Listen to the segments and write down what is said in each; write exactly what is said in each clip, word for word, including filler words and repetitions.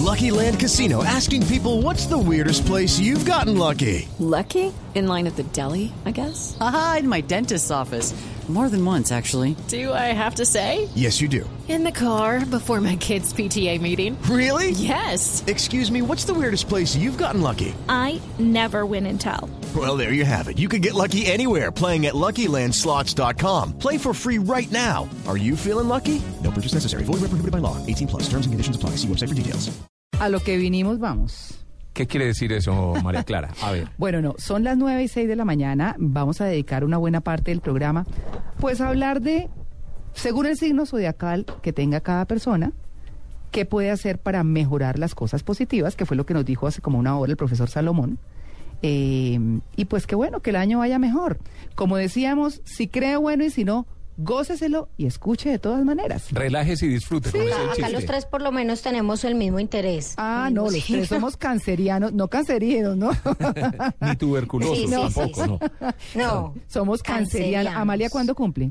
Lucky Land Casino, asking people, what's the weirdest place you've gotten lucky? Lucky? In line at the deli, I guess? Aha, in my dentist's office. More than once, actually. Do I have to say? Yes, you do. In the car before my kids' P T A meeting. Really? Yes. Excuse me, what's the weirdest place you've gotten lucky? I never win and tell. Well, there you have it. You can get lucky anywhere, playing at Lucky Land Slots dot com. Play for free right now. Are you feeling lucky? No purchase necessary. Void where prohibited by law. eighteen plus. Terms and conditions apply. See website for details. A lo que vinimos, vamos. ¿Qué quiere decir eso, María Clara? A ver. Bueno, no, son las nueve y seis de la mañana. Vamos a dedicar una buena parte del programa, pues a hablar de, según el signo zodiacal que tenga cada persona, qué puede hacer para mejorar las cosas positivas, que fue lo que nos dijo hace como una hora el profesor Salomón. Eh, y pues qué bueno, que el año vaya mejor. Como decíamos, si cree bueno y si no, góceselo y escuche de todas maneras. Relájese y disfrute. Sí. Como dice el Acá chiste. los tres por lo menos tenemos el mismo interés. Ah, no, los tres somos cancerianos, no cancerígenos, ¿no? Ni tuberculosos, Sí, sí, tampoco, sí. ¿no? No, Somos cancerianos. Cancerianos. Amalia, ¿cuándo cumple?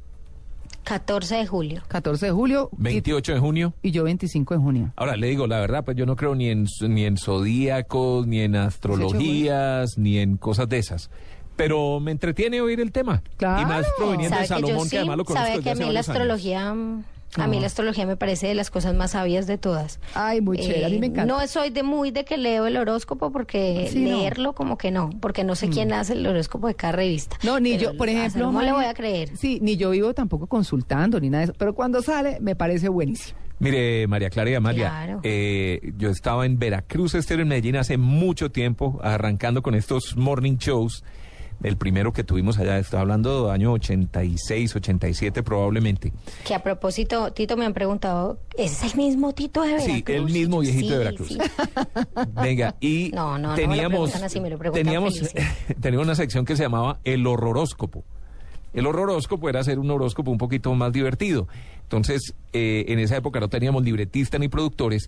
catorce de julio. catorce de julio. y- veintiocho de junio. Y yo veinticinco de junio. Ahora, le digo la verdad, pues yo no creo ni en, ni en zodíacos, ni en astrologías, ni en cosas de esas. Pero me entretiene oír el tema. Claro. Y más proveniente de ¿Sabe que yo Salomón, que, sí? además lo conozco ¿Sabe desde que a hace mí la varios años. astrología, mm, a mí No. la astrología me parece de las cosas más sabias de todas? Ay, muy chévere, a mí me encanta. No soy de muy de que leo el horóscopo porque Sí, no. leerlo como que no, porque no sé quién hace el horóscopo de cada revista. No, ni Pero yo, por a ejemplo... Salomón le María- voy a creer. Sí, ni yo vivo tampoco consultando ni nada de eso, pero cuando sale me parece buenísimo. Mire, María Clara y Amalia, Claro. eh, yo estaba en Veracruz, Estero, en Medellín hace mucho tiempo, arrancando con estos morning shows. El primero que tuvimos allá, estaba hablando de año ochenta y seis, ochenta y siete probablemente. Que a propósito, Tito, me han preguntado, ¿es el mismo Tito de Veracruz? Sí, el mismo viejito Sí, de Veracruz. sí. Venga, y No, no, no me lo teníamos, preguntan así, me lo preguntan teníamos, felices. teníamos una sección que se llamaba el horroróscopo. El horroróscopo era hacer un horóscopo un poquito más divertido. Entonces, eh, en esa época no teníamos libretistas ni productores.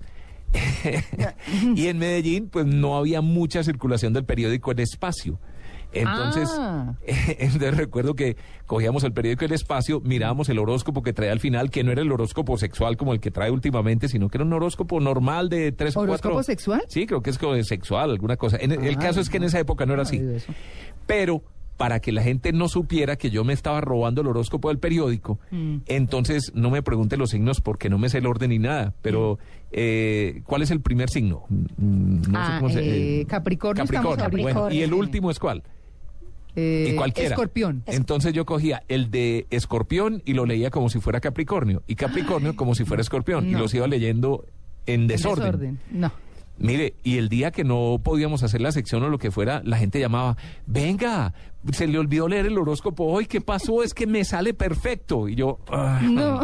Y en Medellín, pues no había mucha circulación del periódico El Espacio. Entonces, Ah. entonces recuerdo que cogíamos el periódico El Espacio, mirábamos el horóscopo que traía al final, que no era el horóscopo sexual como el que trae últimamente, sino que era un horóscopo normal de tres o cuatro. ¿Horóscopo sexual? Sí, creo que es como de sexual, alguna cosa. En, el Ah, caso es que en esa época no era no así. sabía eso. Pero para que la gente no supiera que yo me estaba robando el horóscopo del periódico, Mm. entonces no me pregunte los signos porque no me sé el orden ni nada. Pero, eh, ¿cuál es el primer signo? Mm, No Ah, sé cómo se eh, Capricornio estamos Capricornio. ahorita. Bueno, ¿y el sí. último es cuál? Eh, Y cualquiera. Escorpión. Entonces yo cogía el de Escorpión y lo leía como si fuera Capricornio. Y Capricornio como si fuera Escorpión. Y no. los iba leyendo en desorden. No. Mire, y el día que no podíamos hacer la sección o lo que fuera, la gente llamaba, venga, se le olvidó leer el horóscopo hoy, ¿qué pasó? Es que me sale perfecto. Y yo, ah. No.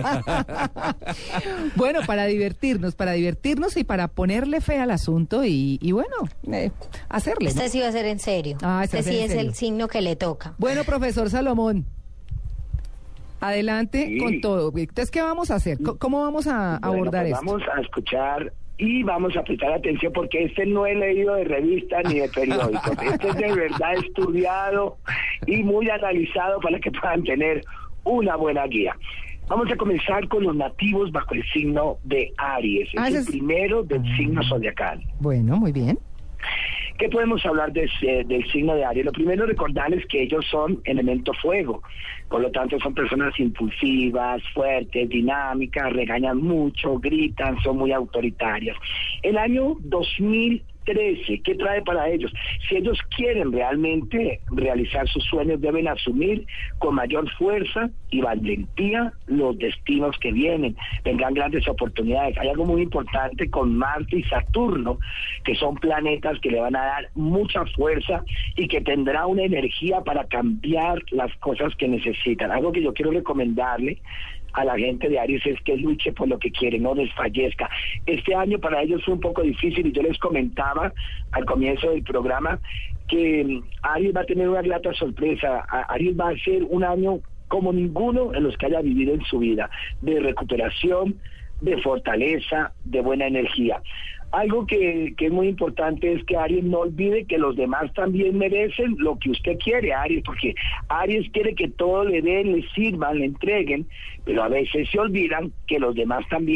Bueno, para divertirnos, para divertirnos y para ponerle fe al asunto y, y bueno, eh, hacerle. ¿no? Este sí va a ser en serio. Ah, este este va a sí ser en es serio. el signo que le toca. Bueno, profesor Salomón, adelante Sí. con todo. Entonces, ¿qué vamos a hacer? ¿Cómo- ¿Cómo vamos a Bueno, abordar pues esto? vamos a escuchar y vamos a prestar atención porque este no he leído de revistas ni de periódicos. Este es de verdad estudiado y muy analizado para que puedan tener una buena guía. Vamos a comenzar con los nativos bajo el signo de Aries. Ah, Es ese el es- primero del signo zodiacal. Bueno, muy bien. ¿Qué podemos hablar de ese- del signo de Aries? Lo primero, recordarles que ellos son elemento fuego, por lo tanto son personas impulsivas, fuertes, dinámicas, regañan mucho, gritan, son muy autoritarias. El año dos mil trece, ¿qué trae para ellos? Si ellos quieren realmente realizar sus sueños, deben asumir con mayor fuerza y valentía los destinos que vienen. Vendrán grandes oportunidades. Hay algo muy importante con Marte y Saturno, que son planetas que le van a dar mucha fuerza y que tendrá una energía para cambiar las cosas que necesitan. Algo que yo quiero recomendarle a la gente de Aries es que luche por lo que quiere, no desfallezca. Este año para ellos fue un poco difícil y yo les comentaba al comienzo del programa que mm, Aries va a tener una grata sorpresa. A- Aries va a ser un año como ninguno en los que haya vivido en su vida, de recuperación, de fortaleza, de buena energía. Algo que, que es muy importante es que Aries no olvide que los demás también merecen lo que usted quiere, Aries, porque Aries quiere que todo le den, le sirvan, le entreguen, pero a veces se olvidan que los demás también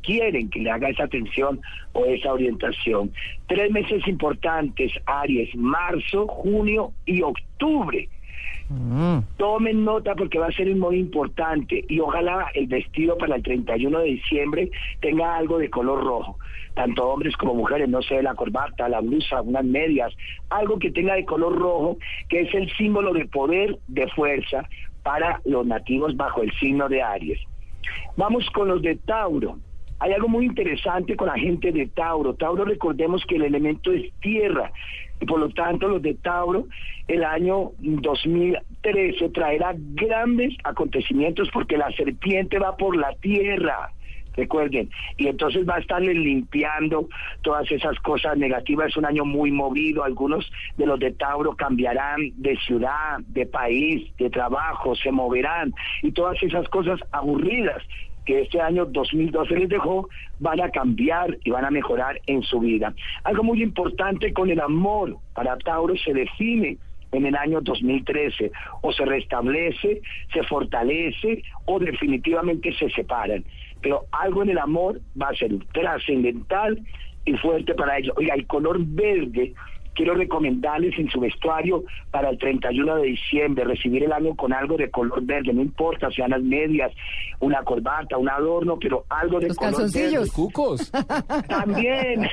quieren que le haga esa atención o esa orientación. Tres meses importantes, Aries, marzo, junio y octubre. Mm. Tomen nota porque va a ser muy importante y ojalá el vestido para el treinta y uno de diciembre tenga algo de color rojo, tanto hombres como mujeres, no sé, la corbata, la blusa, unas medias, algo que tenga de color rojo, que es el símbolo de poder, de fuerza para los nativos bajo el signo de Aries. Vamos con los de Tauro. Hay algo muy interesante con la gente de Tauro. Tauro, recordemos que el elemento es tierra, y por lo tanto los de Tauro, el año dos mil trece traerá grandes acontecimientos porque la serpiente va por la tierra, recuerden, y entonces va a estarle limpiando todas esas cosas negativas. Es un año muy movido, algunos de los de Tauro cambiarán de ciudad, de país, de trabajo, se moverán, y todas esas cosas aburridas que este año dos mil doce les dejó, van a cambiar y van a mejorar en su vida. Algo muy importante con el amor para Tauro se define en el año dos mil trece, o se restablece, se fortalece, o definitivamente se separan. Pero algo en el amor va a ser trascendental y fuerte para ellos. Oiga, el color verde, quiero recomendarles en su vestuario para el treinta y uno de diciembre, recibir el año con algo de color verde, no importa, sean las medias, una corbata, un adorno, pero algo de Los color calzoncillos. verde. Los cucos. También,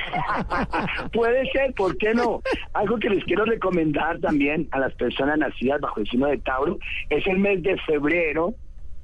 puede ser, ¿por qué no? Algo que les quiero recomendar también a las personas nacidas bajo el signo de Tauro, es el mes de febrero,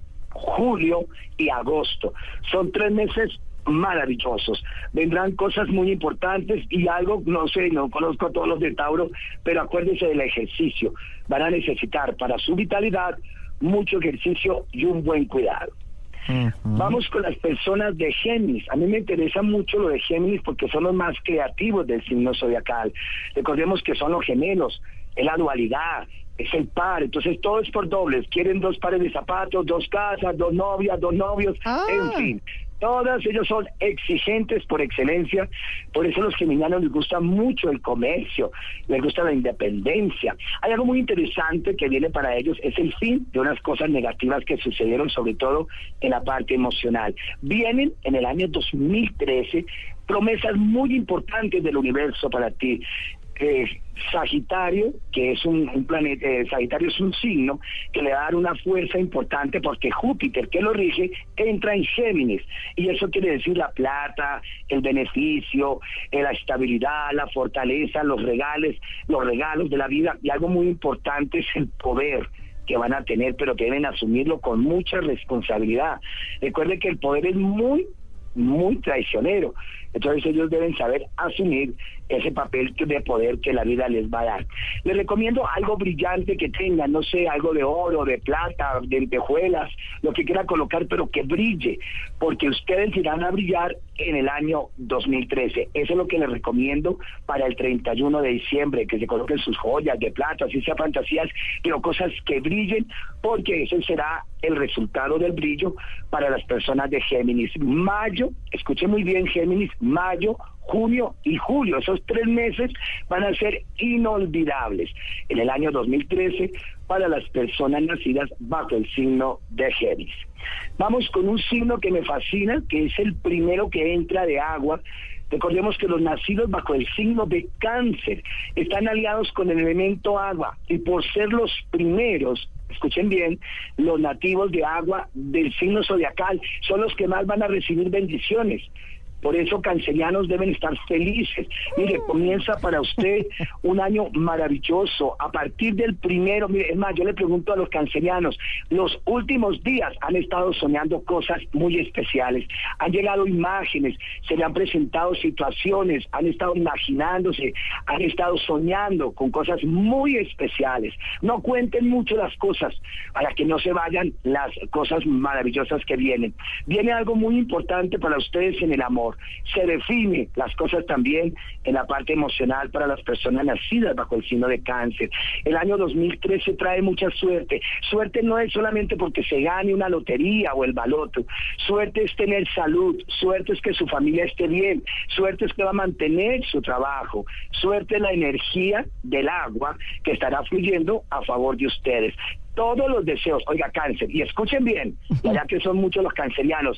julio y agosto. Son tres meses maravillosos, vendrán cosas muy importantes y algo, no sé, no conozco a todos los de Tauro, pero acuérdense del ejercicio. Van a necesitar para su vitalidad mucho ejercicio y un buen cuidado. Uh-huh. Vamos con las personas de Géminis. A mí me interesa mucho lo de Géminis porque son los más creativos del signo zodiacal. Recordemos que son los gemelos, es la dualidad, es el par, entonces todo es por dobles. Quieren dos pares de zapatos, dos casas, dos novias, dos novios, ah. en fin. Todos ellos son exigentes por excelencia, por eso a los geminianos les gusta mucho el comercio, les gusta la independencia. Hay algo muy interesante que viene para ellos, es el fin de unas cosas negativas que sucedieron, sobre todo en la parte emocional. Vienen en el año dos mil trece promesas muy importantes del universo para ti. Eh, Sagitario, que es un, un planeta, eh, Sagitario es un signo que le va a dar una fuerza importante porque Júpiter, que lo rige, entra en Géminis, y eso quiere decir la plata, el beneficio, eh, la estabilidad, la fortaleza, los regalos, los regalos de la vida, y algo muy importante es el poder que van a tener, pero que deben asumirlo con mucha responsabilidad. Recuerden que el poder es muy muy traicionero, entonces ellos deben saber asumir ese papel de poder que la vida les va a dar. Les recomiendo algo brillante que tengan, no sé, algo de oro, de plata, de lentejuelas, lo que quiera colocar, pero que brille, porque ustedes irán a brillar en el año dos mil trece. Eso es lo que les recomiendo para el treinta y uno de diciembre, que se coloquen sus joyas de plata, así sea fantasías, pero cosas que brillen, porque ese será el resultado del brillo para las personas de Géminis. Mayo, escuchen muy bien Géminis, mayo, junio y julio, esos tres meses van a ser inolvidables en el año dos mil trece para las personas nacidas bajo el signo de Géminis. Vamos con un signo que me fascina, que es el primero que entra de agua. Recordemos que los nacidos bajo el signo de Cáncer están aliados con el elemento agua, y por ser los primeros, escuchen bien, los nativos de agua del signo zodiacal son los que más van a recibir bendiciones. Por eso, cancerianos deben estar felices. Mire, comienza para usted un año maravilloso. A partir del primero, mire, es más, yo le pregunto a los cancerianos, los últimos días han estado soñando cosas muy especiales. Han llegado imágenes, se le han presentado situaciones, han estado imaginándose, han estado soñando con cosas muy especiales. No cuenten mucho las cosas para que no se vayan las cosas maravillosas que vienen. Viene algo muy importante para ustedes en el amor. Se define las cosas también en la parte emocional para las personas nacidas bajo el signo de Cáncer. El año dos mil trece trae mucha suerte. Suerte no es solamente porque se gane una lotería o el baloto. Suerte es tener salud. Suerte es que su familia esté bien. Suerte es que va a mantener su trabajo. Suerte es la energía del agua que estará fluyendo a favor de ustedes. Todos los deseos, oiga, Cáncer, y escuchen bien, ya que son muchos los cancerianos,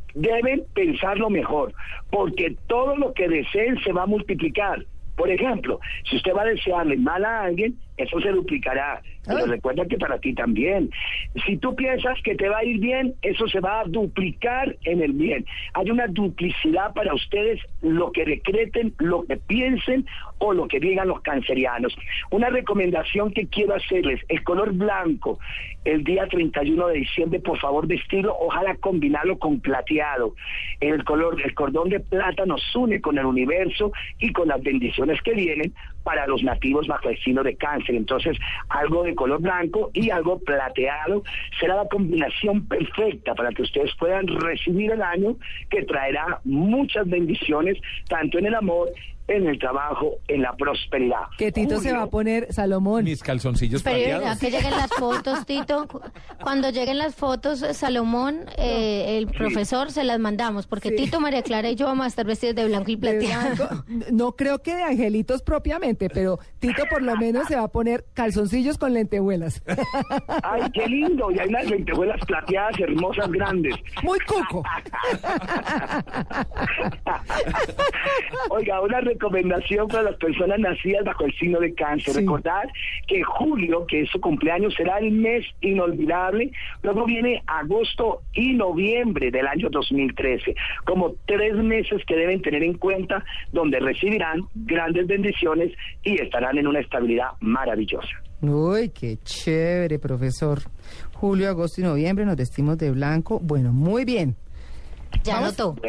deben pensarlo mejor, porque todo lo que deseen se va a multiplicar. Por ejemplo, si usted va a desearle mal a alguien, eso se duplicará. Pero recuerda que para ti también. Si tú piensas que te va a ir bien, eso se va a duplicar en el bien. Hay una duplicidad para ustedes, lo que decreten, lo que piensen o lo que digan los cancerianos. Una recomendación que quiero hacerles, el color blanco, el día treinta y uno de diciembre, por favor vestirlo, ojalá combinarlo con plateado. El color, el cordón de plata nos une con el universo y con las bendiciones que vienen para los nativos bajo el signo de Cáncer. Entonces, algo de color blanco y algo plateado será la combinación perfecta para que ustedes puedan recibir el año que traerá muchas bendiciones, tanto en el amor, en el trabajo, en la prosperidad. Que Tito Julio, se va a poner, Salomón. Mis calzoncillos Pero plateados. ya que lleguen las fotos, Tito, cu- cuando lleguen las fotos, Salomón, eh, el profesor, se las mandamos, porque Sí. Tito, María Clara y yo vamos a estar vestidos de blanco y De plateado. blanco. No creo que de angelitos propiamente, pero Tito por lo menos se va a poner calzoncillos con lentejuelas. ¡Ay, qué lindo! Y hay unas lentejuelas plateadas hermosas, grandes. Muy cuco. Oiga, una recomendación para las personas nacidas bajo el signo de Cáncer. Sí. Recordar que julio, que es su cumpleaños, será el mes inolvidable. Luego viene agosto y noviembre del año dos mil trece, como tres meses que deben tener en cuenta, donde recibirán grandes bendiciones y estarán en una estabilidad maravillosa. Uy, qué chévere, profesor. Julio, agosto y noviembre nos vestimos de blanco. Bueno, muy bien. Ya Vamos. notó.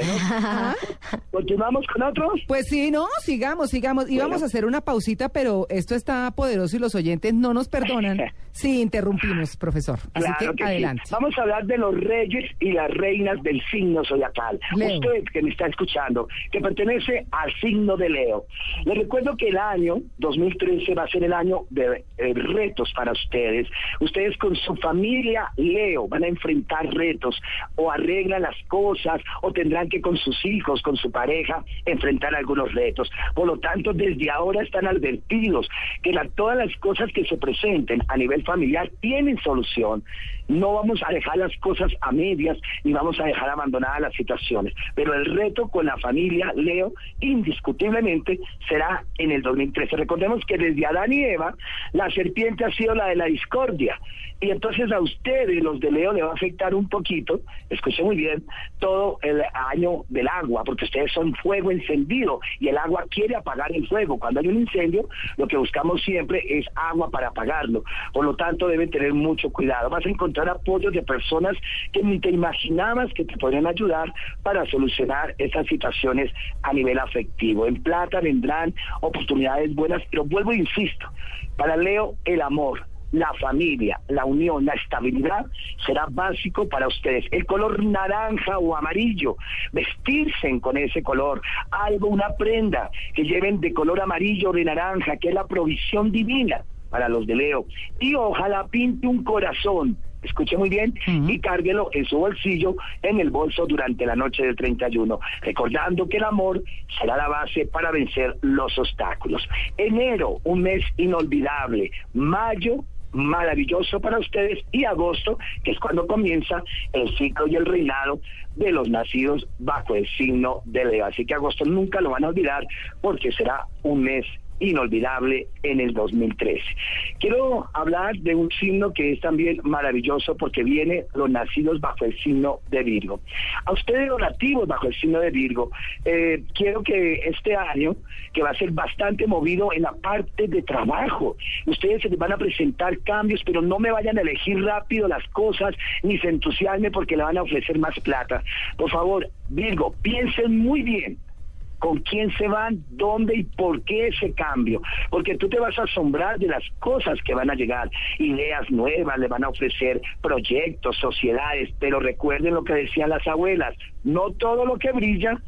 ¿Continuamos con otros? Pues sí, no, sigamos, sigamos. Íbamos Bueno. a hacer una pausita, pero esto está poderoso y los oyentes no nos perdonan si interrumpimos, profesor. Así Claro que, que sí. adelante. Vamos a hablar de los reyes y las reinas del signo zodiacal. Leo. Usted que me está escuchando, que pertenece al signo de Leo. Le recuerdo que el año dos mil trece va a ser el año de eh, retos para ustedes. Ustedes con su familia Leo van a enfrentar retos, o arreglan las cosas, o tendrán que con sus hijos, con su pareja, enfrentar algunos retos. Por lo tanto, desde ahora están advertidos que la- todas las cosas que se presenten a nivel familiar tienen solución. No vamos a dejar las cosas a medias, ni vamos a dejar abandonadas las situaciones. Pero el reto con la familia Leo, indiscutiblemente, será en el dos mil trece. Recordemos que desde Adán y Eva, la serpiente ha sido la de la discordia. Y entonces a ustedes, los de Leo, le va a afectar un poquito, escuchen muy bien, todo el año del agua, porque ustedes son fuego encendido y el agua quiere apagar el fuego. Cuando hay un incendio, lo que buscamos siempre es agua para apagarlo. Por lo tanto, deben tener mucho cuidado. Vas a encontrar apoyos de personas que ni te imaginabas que te podrían ayudar para solucionar esas situaciones a nivel afectivo. En plata vendrán oportunidades buenas, pero vuelvo e insisto, para Leo, el amor, la familia, la unión, la estabilidad será básico para ustedes. El color naranja o amarillo, vestirse con ese color, algo, una prenda que lleven de color amarillo o de naranja, que es la provisión divina para los de Leo. Y ojalá pinte un corazón, escuche muy bien, uh-huh. y cárguelo en su bolsillo, en el bolso durante la noche del treinta y uno, recordando que el amor será la base para vencer los obstáculos. Enero, un mes inolvidable. Mayo, maravilloso para ustedes, y agosto, que es cuando comienza el ciclo y el reinado de los nacidos bajo el signo de Leo. Así que agosto nunca lo van a olvidar, porque será un mes inolvidable en el dos mil trece. Quiero hablar de un signo que es también maravilloso, porque viene los nacidos bajo el signo de Virgo. A ustedes, los nativos bajo el signo de Virgo, eh, quiero que este año, que va a ser bastante movido en la parte de trabajo, ustedes se les van a presentar cambios, pero no me vayan a elegir rápido las cosas, ni se entusiasmen porque le van a ofrecer más plata. Por favor, Virgo, piensen muy bien con quién se van, dónde y por qué ese cambio, porque tú te vas a asombrar de las cosas que van a llegar, ideas nuevas, le van a ofrecer proyectos, sociedades, pero recuerden lo que decían las abuelas, no todo lo que brilla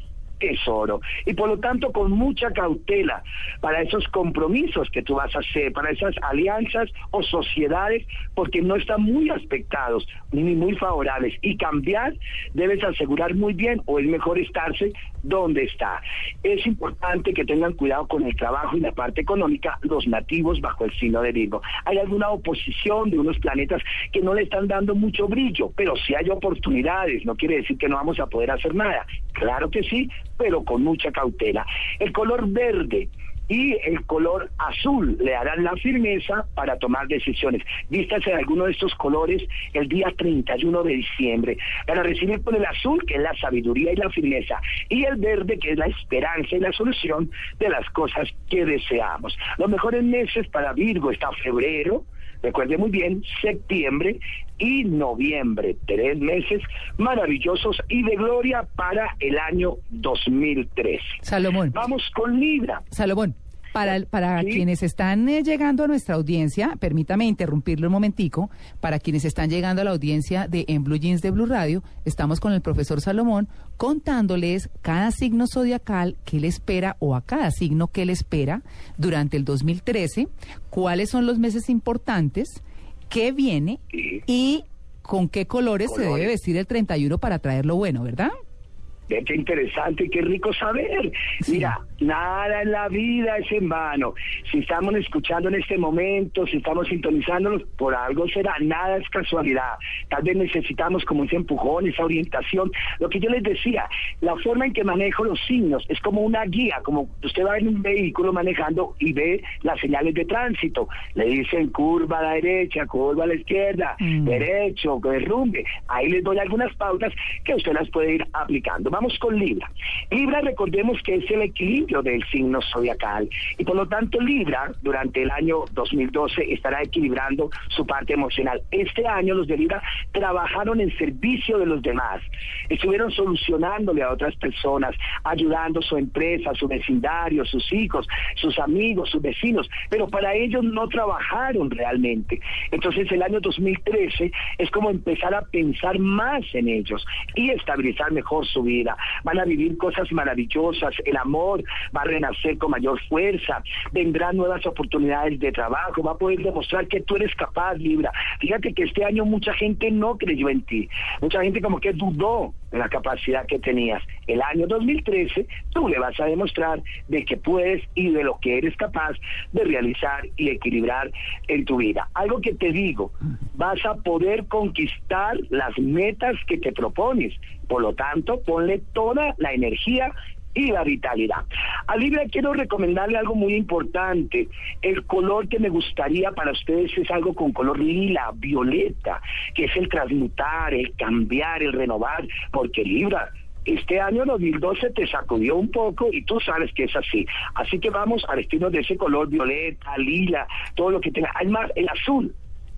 tesoro. Y por lo tanto, con mucha cautela para esos compromisos que tú vas a hacer, para esas alianzas o sociedades, porque no están muy aspectados ni muy favorables. Y cambiar, debes asegurar muy bien, o es mejor estarse donde está. Es importante que tengan cuidado con el trabajo y la parte económica, los nativos bajo el signo de Virgo. Hay alguna oposición de unos planetas que no le están dando mucho brillo, pero sí hay oportunidades, no quiere decir que no vamos a poder hacer nada. Claro que sí, pero con mucha cautela. El color verde y el color azul le darán la firmeza para tomar decisiones. Vístase de alguno de estos colores el día treinta y uno de diciembre para recibir con el azul, que es la sabiduría y la firmeza, y el verde, que es la esperanza y la solución de las cosas que deseamos. Los mejores meses para Virgo está febrero, recuerde muy bien, septiembre y noviembre, tres meses maravillosos y de gloria para el año dos mil trece. Salomón. Vamos con Libra. Salomón, para, para ¿Sí? quienes están eh, llegando a nuestra audiencia, permítame interrumpirlo un momentico, para quienes están llegando a la audiencia de En Blue Jeans de Blue Radio, estamos con el profesor Salomón contándoles cada signo zodiacal que le espera, o a cada signo que le espera durante el dos mil trece, cuáles son los meses importantes, qué viene Sí. y con qué colores, colores se debe vestir el treinta y uno para traer lo bueno, ¿verdad? Ve qué interesante, qué rico saber. Sí. Mira, nada en la vida es en vano. Si estamos escuchando en este momento, si estamos sintonizándonos, por algo será, nada es casualidad. Tal vez necesitamos como ese empujón, esa orientación. Lo que yo les decía, la forma en que manejo los signos es como una guía, como usted va en un vehículo manejando y ve las señales de tránsito. Le dicen curva a la derecha, curva a la izquierda, mm. derecho, derrumbe. Ahí les doy algunas pautas que usted las puede ir aplicando. Vamos con Libra. Libra, recordemos que es el equilibrio del signo zodiacal y por lo tanto Libra durante el año dos mil doce estará equilibrando su parte emocional. Este año los de Libra trabajaron en servicio de los demás, estuvieron solucionándole a otras personas, ayudando a su empresa, a su vecindario, sus hijos, sus amigos, sus vecinos, pero para ellos no trabajaron realmente. Entonces el año dos mil trece es como empezar a pensar más en ellos y estabilizar mejor su vida. Van a vivir cosas maravillosas, el amor va a renacer con mayor fuerza, vendrán nuevas oportunidades de trabajo, va a poder demostrar que tú eres capaz, Libra. Fíjate que este año mucha gente no creyó en ti, mucha gente como que dudó de la capacidad que tenías. El año dos mil trece tú le vas a demostrar de que puedes y de lo que eres capaz de realizar y equilibrar en tu vida. Algo que te digo, vas a poder conquistar las metas que te propones. Por lo tanto, ponle toda la energía y la vitalidad. A Libra quiero recomendarle algo muy importante. El color que me gustaría para ustedes es algo con color lila, violeta, que es el transmutar, el cambiar, el renovar, porque Libra, este año dos mil doce te sacudió un poco y tú sabes que es así. Así que vamos a vestirnos de ese color violeta, lila, todo lo que tenga. Además, el azul.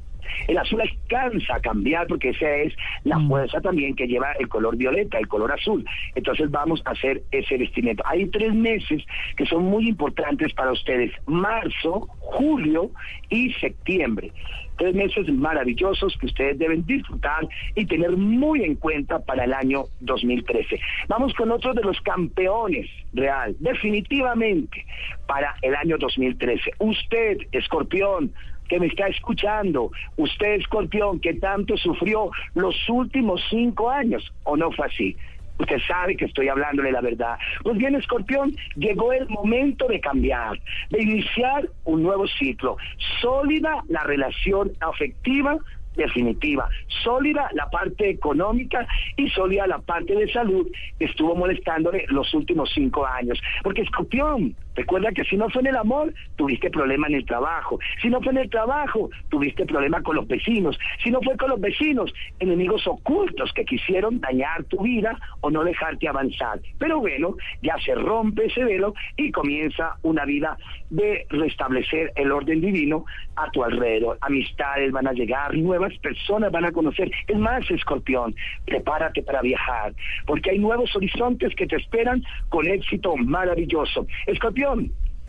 El azul alcanza a cambiar porque esa es la fuerza también que lleva el color violeta, el color azul. Entonces vamos a hacer ese vestimento. Hay tres meses que son muy importantes para ustedes: marzo, julio y septiembre. Tres meses maravillosos que ustedes deben disfrutar y tener muy en cuenta para el año dos mil trece. Vamos con otro de los campeones real, definitivamente, para el año dos mil trece. Usted, Escorpión, que me está escuchando, usted, Escorpión, que tanto sufrió los últimos cinco años, ¿o no fue así? Usted sabe que estoy hablándole la verdad. Pues bien, Escorpión, llegó el momento de cambiar, de iniciar un nuevo ciclo. Sólida la relación afectiva, definitiva, sólida la parte económica y sólida la parte de salud que estuvo molestándole los últimos cinco años. Porque, Escorpión, recuerda que si no fue en el amor, tuviste problema en el trabajo. Si no fue en el trabajo, tuviste problema con los vecinos. Si no fue con los vecinos, enemigos ocultos que quisieron dañar tu vida o no dejarte avanzar. Pero bueno, ya se rompe ese velo y comienza una vida de restablecer el orden divino a tu alrededor. Amistades van a llegar, nuevas personas van a conocer. Es más, Escorpión, prepárate para viajar, porque hay nuevos horizontes que te esperan con éxito maravilloso. Escorpión,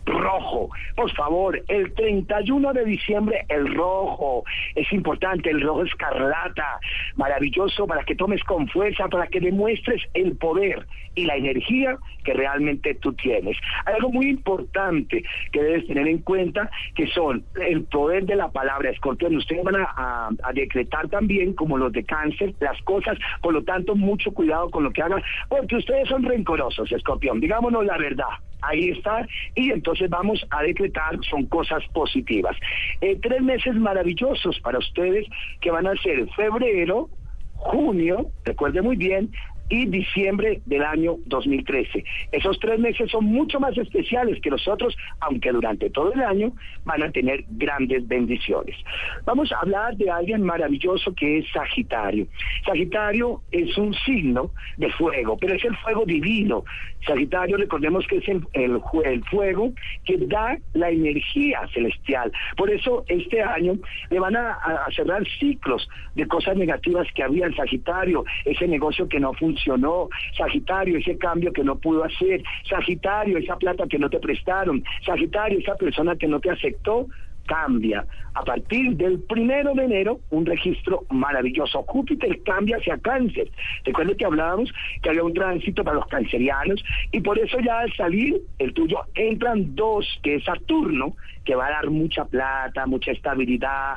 rojo. Por favor, el treinta y uno de diciembre, el rojo. Es importante, el rojo escarlata. Maravilloso para que tomes con fuerza, para que demuestres el poder y la energía que realmente tú tienes. Hay algo muy importante que debes tener en cuenta, que son el poder de la palabra. Escorpión, ustedes van a, a, a decretar también, como los de Cáncer, las cosas, por lo tanto, mucho cuidado con lo que hagan, porque ustedes son rencorosos, Escorpión, digámonos la verdad. Ahí está, y entonces vamos a decretar, son cosas positivas. Eh, tres meses maravillosos para ustedes, que van a ser febrero, junio, recuerde muy bien, y diciembre del año dos mil trece. Esos tres meses son mucho más especiales que los otros, aunque durante todo el año van a tener grandes bendiciones. Vamos a hablar de alguien maravilloso que es Sagitario. Sagitario es un signo de fuego, pero es el fuego divino. Sagitario, recordemos que es el, el, el fuego que da la energía celestial. Por eso este año le van a, a cerrar ciclos de cosas negativas que había en Sagitario, ese negocio que no funcionó. Funcionó, Sagitario, ese cambio que no pudo hacer, Sagitario, esa plata que no te prestaron, Sagitario, esa persona que no te aceptó, cambia. A partir del primero de enero, un registro maravilloso. Júpiter cambia hacia Cáncer. Recuerden que hablábamos que había un tránsito para los cancerianos, y por eso ya al salir el tuyo entran dos, que es Saturno, que va a dar mucha plata, mucha estabilidad,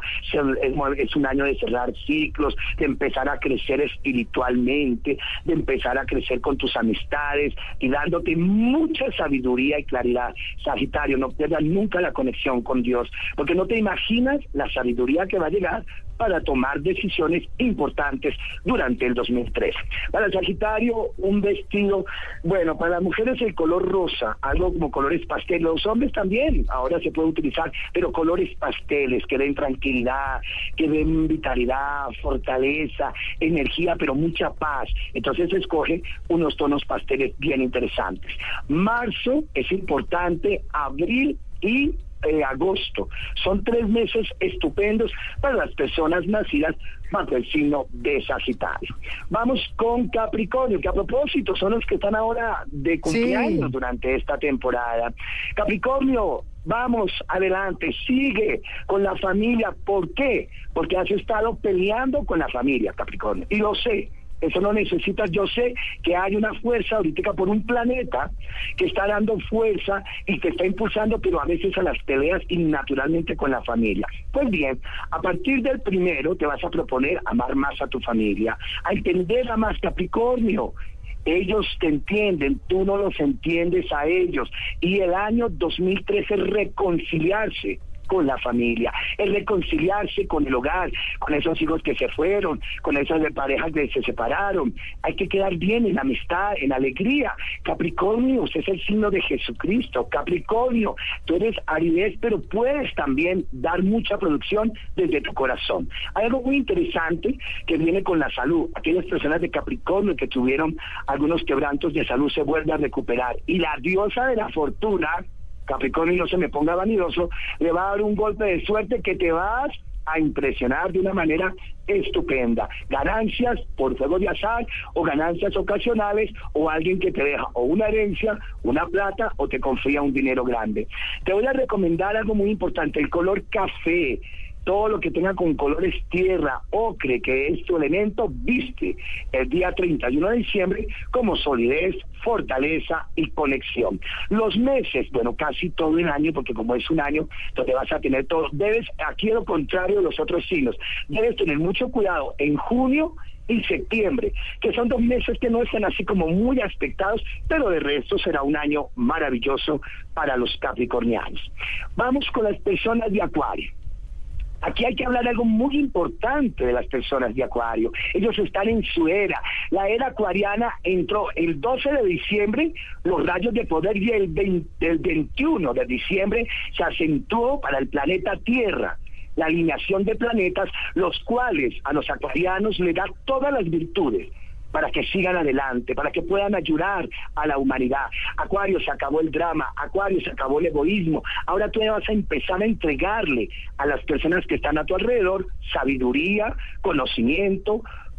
es un año de cerrar ciclos, de empezar a crecer espiritualmente, de empezar a crecer con tus amistades y dándote mucha sabiduría y claridad. Sagitario, no pierdas nunca la conexión con Dios, porque no te imaginas la sabiduría que va a llegar para tomar decisiones importantes durante el dos mil trece. Para el Sagitario, un vestido, bueno, para las mujeres el color rosa, algo como colores pastel, los hombres también, ahora se puede utilizar, pero colores pasteles que den tranquilidad, que den vitalidad, fortaleza, energía, pero mucha paz. Entonces se escoge unos tonos pasteles bien interesantes. Marzo es importante, abril y Eh, agosto. Son tres meses estupendos para las personas nacidas bajo el signo de Sagitario. Vamos con Capricornio, que a propósito son los que están ahora de cumpleaños sí. durante esta temporada. Capricornio, vamos adelante, sigue con la familia. ¿Por qué? Porque has estado peleando con la familia, Capricornio, y lo sé. Eso no necesitas, yo sé que hay una fuerza ahorita por un planeta que está dando fuerza y que está impulsando, pero a veces a las peleas y naturalmente con la familia. Pues bien, a partir del primero te vas a proponer amar más a tu familia, a entenderla más, Capricornio. Ellos te entienden, tú no los entiendes a ellos. Y el año dos mil trece es reconciliarse con la familia, es reconciliarse con el hogar, con esos hijos que se fueron, con esas de parejas que se separaron. Hay que quedar bien en amistad, en alegría. Capricornio, usted es el signo de Jesucristo. Capricornio, tú eres aridez, pero puedes también dar mucha producción desde tu corazón. Hay algo muy interesante que viene con la salud. Aquellas personas de Capricornio que tuvieron algunos quebrantos de salud se vuelven a recuperar. Y la diosa de la fortuna, Capricornio, no se me ponga vanidoso, le va a dar un golpe de suerte que te vas a impresionar de una manera estupenda. Ganancias por fuego de azar o ganancias ocasionales o alguien que te deja o una herencia, una plata o te confía un dinero grande. Te voy a recomendar algo muy importante, el color café. Todo lo que tenga con colores tierra, ocre, que es tu elemento, viste el día treinta y uno de diciembre como solidez, fortaleza y conexión. Los meses, bueno, casi todo el año, porque como es un año, donde vas a tener todo, debes, aquí a lo contrario de los otros signos, debes tener mucho cuidado en junio y septiembre, que son dos meses que no están así como muy aspectados, pero de resto será un año maravilloso para los capricornianos. Vamos con las personas de Acuario. Aquí hay que hablar algo muy importante de las personas de Acuario. Ellos están en su era. La era acuariana entró el doce de diciembre, los rayos de poder, y el, veinte, el veintiuno de diciembre se acentuó para el planeta Tierra. La alineación de planetas, los cuales a los acuarianos le da todas las virtudes para que sigan adelante, para que puedan ayudar a la humanidad. Acuario, se acabó el drama, Acuario, se acabó el egoísmo. Ahora tú vas a empezar a entregarle a las personas que están a tu alrededor sabiduría, conocimiento,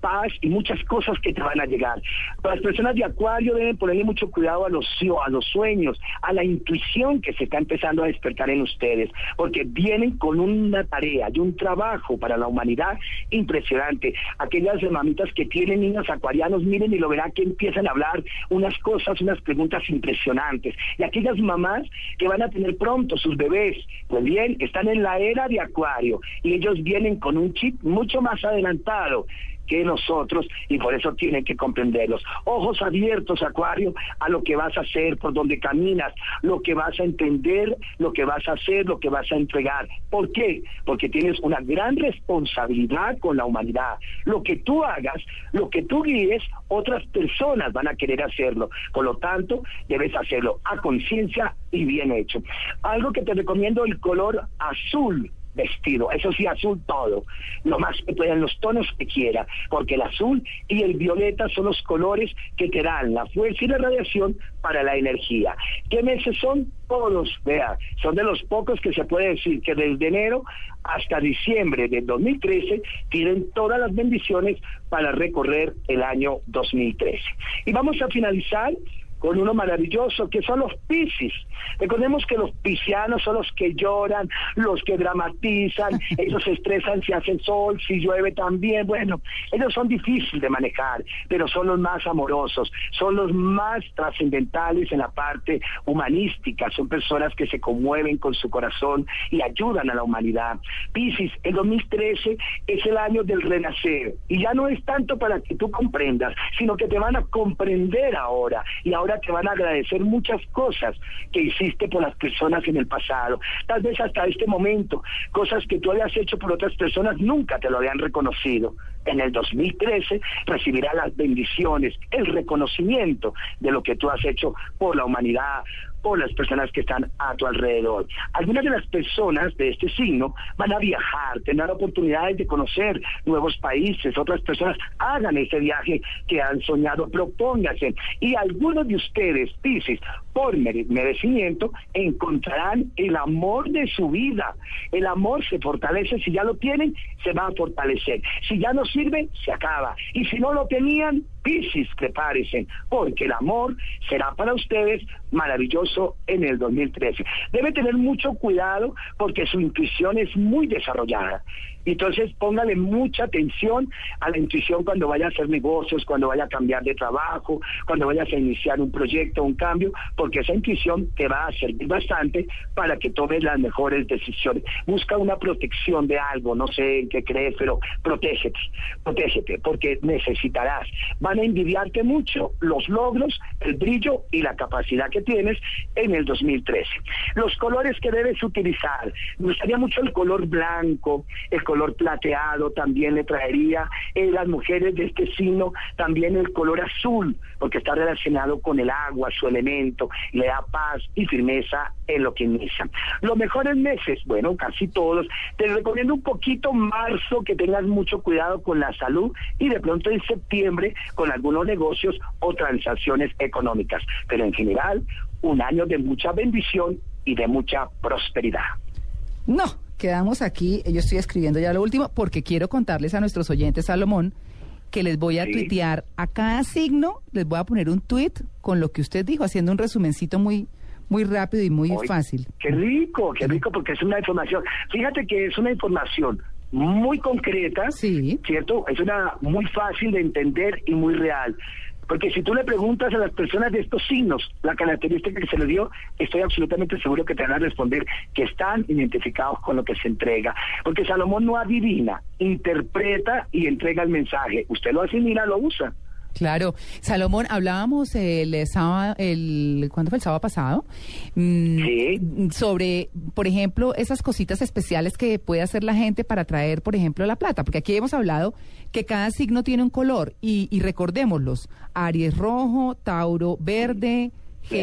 paz y muchas cosas que te van a llegar. Las personas de Acuario deben ponerle mucho cuidado a los, a los sueños, a la intuición que se está empezando a despertar en ustedes, porque vienen con una tarea y un trabajo para la humanidad impresionante. Aquellas mamitas que tienen niños acuarianos, miren y lo verán que empiezan a hablar unas cosas, unas preguntas impresionantes. Y aquellas mamás que van a tener pronto sus bebés, pues bien, están en la era de Acuario y ellos vienen con un chip mucho más adelantado que nosotros y por eso tienen que comprenderlos. Ojos abiertos, Acuario, a lo que vas a hacer, por donde caminas, lo que vas a entender, lo que vas a hacer, lo que vas a entregar. ¿Por qué? Porque tienes una gran responsabilidad con la humanidad. Lo que tú hagas, lo que tú guíes, otras personas van a querer hacerlo. Por lo tanto, debes hacerlo a conciencia y bien hecho. Algo que te recomiendo, el color azul vestido, eso sí, azul todo, lo más que puedan, los tonos que quiera, porque el azul y el violeta son los colores que te dan la fuerza y la radiación para la energía. ¿Qué meses son? Todos, vea, son de los pocos que se puede decir que desde enero hasta diciembre del dos mil trece tienen todas las bendiciones para recorrer el año dos mil trece. Y vamos a finalizar con uno maravilloso, que son los Piscis. Recordemos que los piscianos son los que lloran, los que dramatizan, ellos se estresan si hace sol, si llueve también. Bueno, ellos son difíciles de manejar, pero son los más amorosos, son los más trascendentales en la parte humanística, son personas que se conmueven con su corazón y ayudan a la humanidad. Piscis, el dos mil trece es el año del renacer, y ya no es tanto para que tú comprendas, sino que te van a comprender ahora, y ahora te van a agradecer muchas cosas que hiciste por las personas en el pasado. Tal vez hasta este momento, cosas que tú habías hecho por otras personas nunca te lo habían reconocido. En el dos mil trece recibirás las bendiciones, el reconocimiento de lo que tú has hecho por la humanidad, por las personas que están a tu alrededor. Algunas de las personas de este signo van a viajar, tendrán oportunidades de conocer nuevos países, otras personas hagan ese viaje que han soñado, propónganse, y algunos de ustedes, Piscis, por merecimiento, encontrarán el amor de su vida. El amor se fortalece, si ya lo tienen, se va a fortalecer. Si ya no sirve, se acaba. Y si no lo tenían, Piscis, prepárense, porque el amor será para ustedes maravilloso en el dos mil trece. Debe tener mucho cuidado porque su intuición es muy desarrollada. Entonces póngale mucha atención a la intuición cuando vaya a hacer negocios, cuando vaya a cambiar de trabajo, cuando vayas a iniciar un proyecto, un cambio, porque esa intuición te va a servir bastante para que tomes las mejores decisiones. Busca una protección de algo, no sé en qué crees, pero protégete, protégete, porque necesitarás. Van a envidiarte mucho los logros, el brillo y la capacidad que tienes en el dos mil trece. Los colores que debes utilizar, me gustaría mucho el color blanco, el color plateado también le traería, eh, las mujeres de este signo también el color azul, porque está relacionado con el agua, su elemento, y le da paz y firmeza en lo que inicia. Los mejores meses, bueno, casi todos, te recomiendo un poquito marzo, que tengas mucho cuidado con la salud, y de pronto en septiembre con algunos negocios o transacciones económicas, pero en general un año de mucha bendición y de mucha prosperidad. No, quedamos aquí, yo estoy escribiendo ya lo último, porque quiero contarles a nuestros oyentes, Salomón, que les voy a sí. tuitear a cada signo, les voy a poner un tuit con lo que usted dijo, haciendo un resumencito muy muy rápido y muy Oye, fácil. Qué rico, qué rico, porque es una información, fíjate que es una información muy concreta, sí. ¿cierto? Es una muy fácil de entender y muy real. Porque si tú le preguntas a las personas de estos signos la característica que se les dio, estoy absolutamente seguro que te van a responder que están identificados con lo que se entrega. Porque Salomón no adivina, interpreta y entrega el mensaje. Usted lo asimila, lo usa. Claro. Salomón, hablábamos el sábado, el, ¿cuándo fue el sábado pasado? Mm, sí. Sobre, por ejemplo, esas cositas especiales que puede hacer la gente para traer, por ejemplo, la plata. Porque aquí hemos hablado que cada signo tiene un color y, y recordémoslos. Aries rojo, Tauro verde,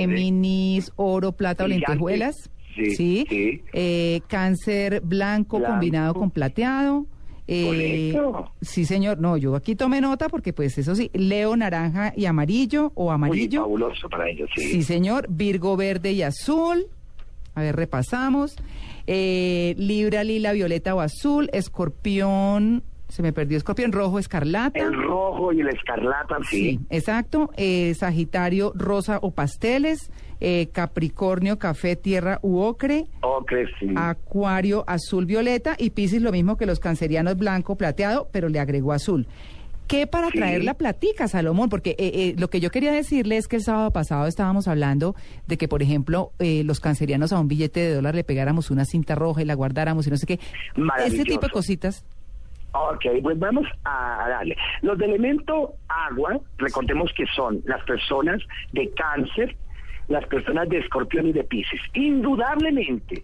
Géminis oro, plata o lentejuelas. Sí. Sí. sí. Eh, cáncer blanco, blanco combinado con plateado. Eh, sí, señor. No, yo aquí tomé nota porque, pues, eso sí, Leo naranja y amarillo o amarillo. Muy fabuloso para ellos, sí. Sí, señor. Virgo verde y azul. A ver, repasamos. Eh, Libra, lila, violeta o azul. Escorpión Se me perdió Escorpión, rojo, escarlata. El rojo y el escarlata, sí. Sí, exacto. Eh, Sagitario, rosa o pasteles. Eh, Capricornio, café, tierra u ocre. Ocre, sí. Acuario, azul, violeta. Y Piscis, lo mismo que los cancerianos, blanco, plateado, pero le agregó azul. ¿Qué para Sí. traer la platica, Salomón? Porque eh, eh, lo que yo quería decirle es que el sábado pasado estábamos hablando de que, por ejemplo, eh, los cancerianos a un billete de dólar le pegáramos una cinta roja y la guardáramos y no sé qué. Ese Maravilloso. tipo de cositas. Ok, pues vamos a, a darle. Los de elemento agua, recordemos que son las personas de Cáncer, las personas de Escorpión y de Piscis. Indudablemente,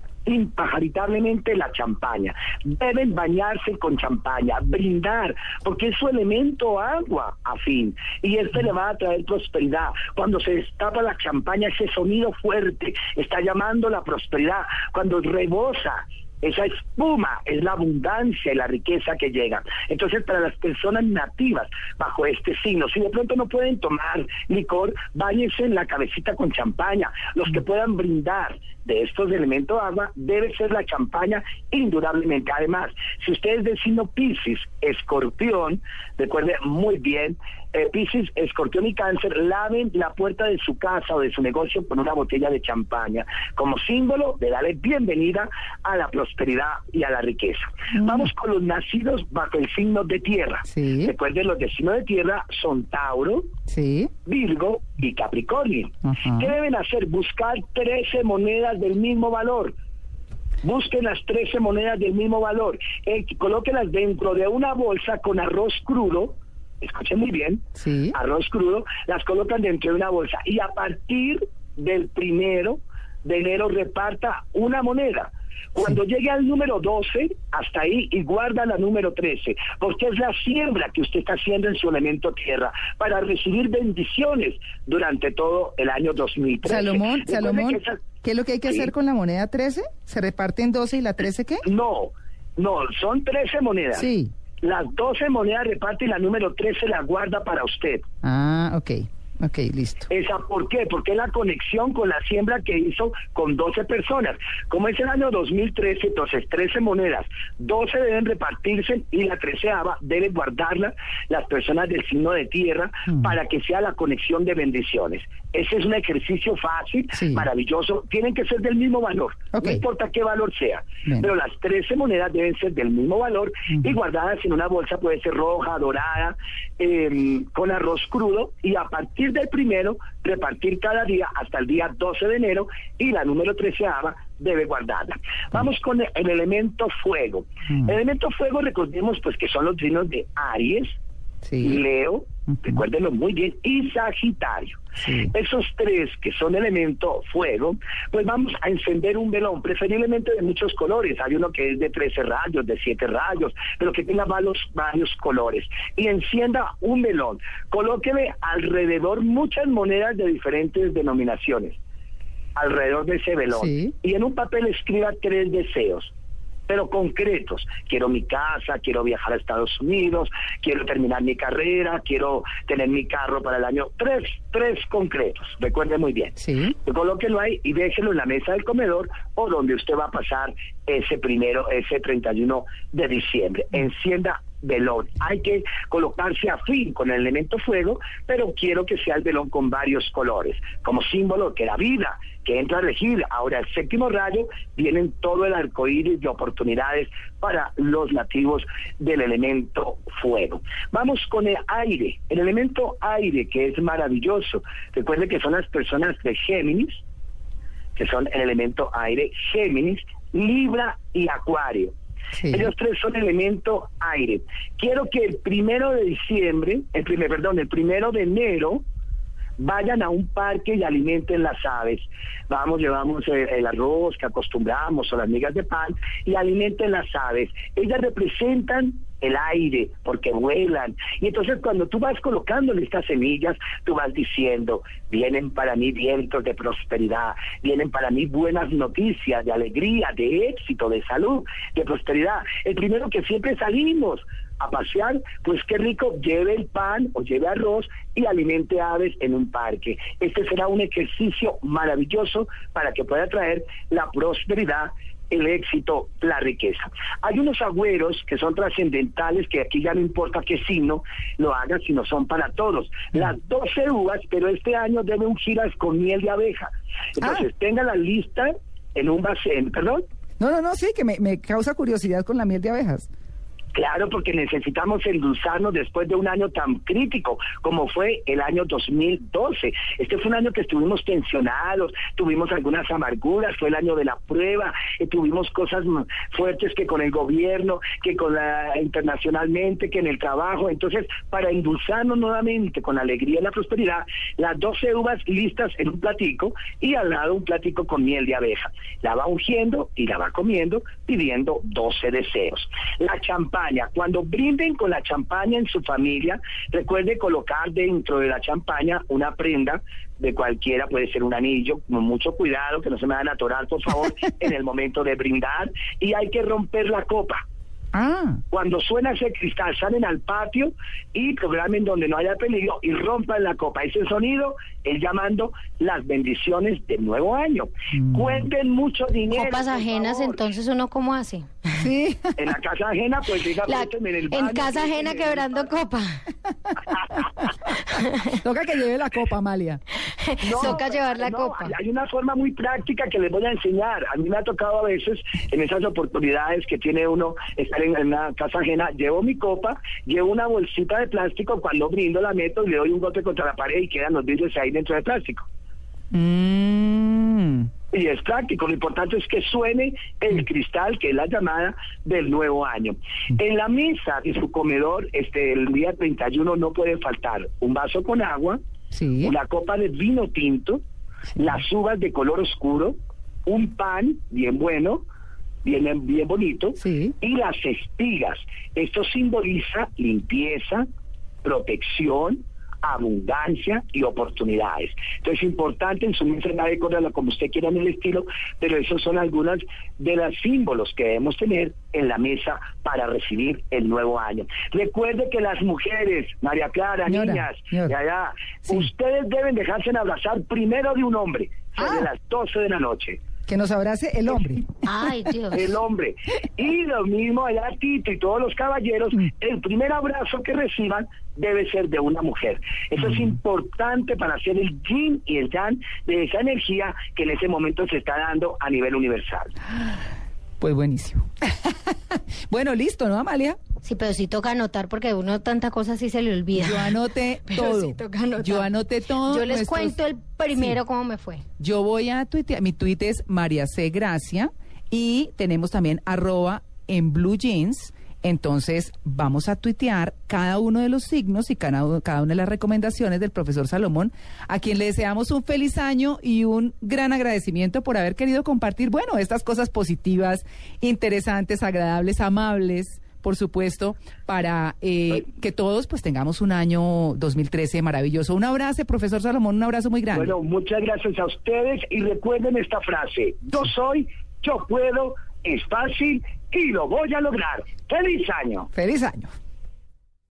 impajaritablemente la champaña. Deben bañarse con champaña, brindar, porque es su elemento agua afín. Y este le va a traer prosperidad. Cuando se destapa la champaña, ese sonido fuerte está llamando la prosperidad. Cuando rebosa, esa espuma es la abundancia y la riqueza que llega. Entonces, para las personas nativas bajo este signo, si de pronto no pueden tomar licor, báñense en la cabecita con champaña. Los que puedan brindar de estos elementos agua, debe ser la champaña, indudablemente. Además, si usted es de signo Piscis, Escorpión, recuerde muy bien, eh, Piscis, Escorpión y Cáncer, laven la puerta de su casa o de su negocio con una botella de champaña, como símbolo de darle bienvenida a la prosperidad y a la riqueza. Mm. Vamos con los nacidos bajo el signo de tierra. Sí. Recuerden, los de signo de tierra son Tauro, sí. Virgo y Capricornio. Ajá. ¿Qué deben hacer? Buscar trece monedas del mismo valor. Busquen las trece monedas del mismo valor. Eh, colóquenlas dentro de una bolsa con arroz crudo. Escuchen muy bien. Sí. Arroz crudo. Las colocan dentro de una bolsa. Y a partir del primero de enero reparta una moneda. Cuando sí. llegue al número doce, hasta ahí, y guarda la número trece, porque es la siembra que usted está haciendo en su elemento tierra, para recibir bendiciones durante todo el año dos mil trece. Salomón, Recuerde Salomón, que esa... ¿qué es lo que hay que ¿Sí? hacer con la moneda trece? ¿Se reparten doce y la trece qué? No, no, son trece monedas. Sí. Las doce monedas reparte y la número trece la guarda para usted. Ah, ok. Ok, listo. Esa, ¿por qué? Porque es la conexión con la siembra que hizo con doce personas. Como es el año dos mil trece, entonces trece monedas, doce deben repartirse y la treceava deben guardarla las personas del signo de tierra mm. para que sea la conexión de bendiciones. Ese es un ejercicio fácil, sí. maravilloso. Tienen que ser del mismo valor, okay. no importa qué valor sea. Bien. Pero las trece monedas deben ser del mismo valor mm. y guardadas en una bolsa, puede ser roja, dorada, eh, con arroz crudo, y a partir del primero, repartir cada día hasta el día doce de enero, y la número treceava debe guardarla. Vamos con el, el elemento fuego. Mm. El elemento fuego, recordemos pues que son los signos de Aries, sí. Leo, uh-huh. recuérdenlo muy bien, y Sagitario. Sí. Esos tres que son elemento fuego, pues vamos a encender un velón, preferiblemente de muchos colores. Hay uno que es de trece rayos, de siete rayos, pero que tenga varios, varios colores. Y encienda un velón. Colóqueme alrededor muchas monedas de diferentes denominaciones, alrededor de ese velón. Sí. Y en un papel escriba tres deseos, pero concretos. Quiero mi casa, quiero viajar a Estados Unidos, quiero terminar mi carrera, quiero tener mi carro para el año. Tres, tres concretos, recuerde muy bien. Sí. Colóquenlo ahí y déjenlo en la mesa del comedor o donde usted va a pasar ese primero, ese treinta y uno de diciembre. Encienda velón. Hay que colocarse afín con el elemento fuego, pero quiero que sea el velón con varios colores, como símbolo que la vida que entra a regir ahora el séptimo rayo, vienen todo el arco iris de oportunidades para los nativos del elemento fuego. Vamos con el aire, el elemento aire, que es maravilloso. Recuerden que son las personas de Géminis, que son el elemento aire, Géminis, Libra y Acuario. Sí. Ellos tres son elemento aire. Quiero que el primero de diciembre, el primer, perdón, el primero de enero, vayan a un parque y alimenten las aves. Vamos, llevamos el, el arroz que acostumbramos o las migas de pan y alimenten las aves. Ellas representan el aire porque vuelan, y entonces cuando tú vas colocándole estas semillas, tú vas diciendo: vienen para mí vientos de prosperidad, vienen para mí buenas noticias de alegría, de éxito, de salud, de prosperidad. El primero que siempre salimos a pasear, pues qué rico, lleve el pan o lleve arroz y alimente aves en un parque. Este será un ejercicio maravilloso para que pueda traer la prosperidad el éxito, la riqueza. Hay unos agüeros que son trascendentales, que aquí ya no importa qué signo lo haga, sino son para todos. Las doce uvas, pero este año debe ungirlas con miel de abeja. Entonces, ah. tenga la lista en un base, perdón. No, no, no, sí, que me, me causa curiosidad con la miel de abejas. Claro, porque necesitamos endulzarnos después de un año tan crítico como fue el año dos mil doce. Este fue un año que estuvimos tensionados, tuvimos algunas amarguras, fue el año de la prueba, eh, tuvimos cosas fuertes que con el gobierno, que con la internacionalmente, que en el trabajo. Entonces, para endulzarnos nuevamente con la alegría y la prosperidad, las doce uvas listas en un platico y al lado un platico con miel de abeja. La va ungiendo y la va comiendo, pidiendo doce deseos. La champaña. Cuando brinden con la champaña en su familia, recuerde colocar dentro de la champaña una prenda de cualquiera, puede ser un anillo, con mucho cuidado, que no se me van a atorar, por favor, en el momento de brindar, y hay que romper la copa. Ah. Cuando suena ese cristal, salen al patio y programen donde no haya peligro y rompan la copa. Ese sonido es llamando las bendiciones del nuevo año. Mm. Cuenten mucho dinero. Copas ajenas, entonces, ¿uno cómo hace? Sí. En la casa ajena, pues diga, la, en el baño. En casa ajena en quebrando copa. Toca que lleve la copa, Amalia. No, Toca llevar la no, copa. Hay una forma muy práctica que les voy a enseñar. A mí me ha tocado a veces, en esas oportunidades que tiene uno estar en, en una casa ajena, llevo mi copa, llevo una bolsita de plástico, cuando brindo la meto y le doy un golpe contra la pared y quedan los vidrios ahí dentro del plástico. Mm. Y es práctico, lo importante es que suene el cristal, que es la llamada del nuevo año. En la mesa de su comedor, este, el día treinta y uno no puede faltar un vaso con agua, sí. una copa de vino tinto, sí. las uvas de color oscuro, un pan bien bueno, bien, bien bonito, sí. y las espigas. Esto simboliza limpieza, protección, abundancia y oportunidades. Entonces es importante en su mesa, decórala como usted quiera en el estilo, pero esos son algunos de los símbolos que debemos tener en la mesa para recibir el nuevo año. Recuerde que las mujeres, María Clara, señora, niñas, señora. ya, ya, sí. ustedes deben dejarse abrazar primero de un hombre, ah. sobre las doce de la noche. Que nos abrace el hombre. Ay, Dios. El hombre. Y lo mismo allá, Tito y todos los caballeros, el primer abrazo que reciban debe ser de una mujer. Eso mm. es importante para hacer el yin y el yang de esa energía que en ese momento se está dando a nivel universal. Pues buenísimo. Bueno, listo, ¿no, Amalia? Sí, pero sí toca anotar porque uno tanta cosa sí se le olvida. Yo anoté todo. Sí toca anotar. Yo anoté todo. Yo les nuestros... cuento el primero sí. cómo me fue. Yo voy a tuitear, mi tuit es María C. Gracia y tenemos también arroba en Blue Jeans. Entonces vamos a tuitear cada uno de los signos y cada, cada una de las recomendaciones del profesor Salomón, a quien le deseamos un feliz año y un gran agradecimiento por haber querido compartir, bueno, estas cosas positivas, interesantes, agradables, amables, por supuesto, para eh, que todos pues tengamos un año dos mil trece maravilloso. Un abrazo, profesor Salomón, un abrazo muy grande. Bueno, muchas gracias a ustedes y recuerden esta frase, yo soy, yo puedo, es fácil y lo voy a lograr. ¡Feliz año! ¡Feliz año!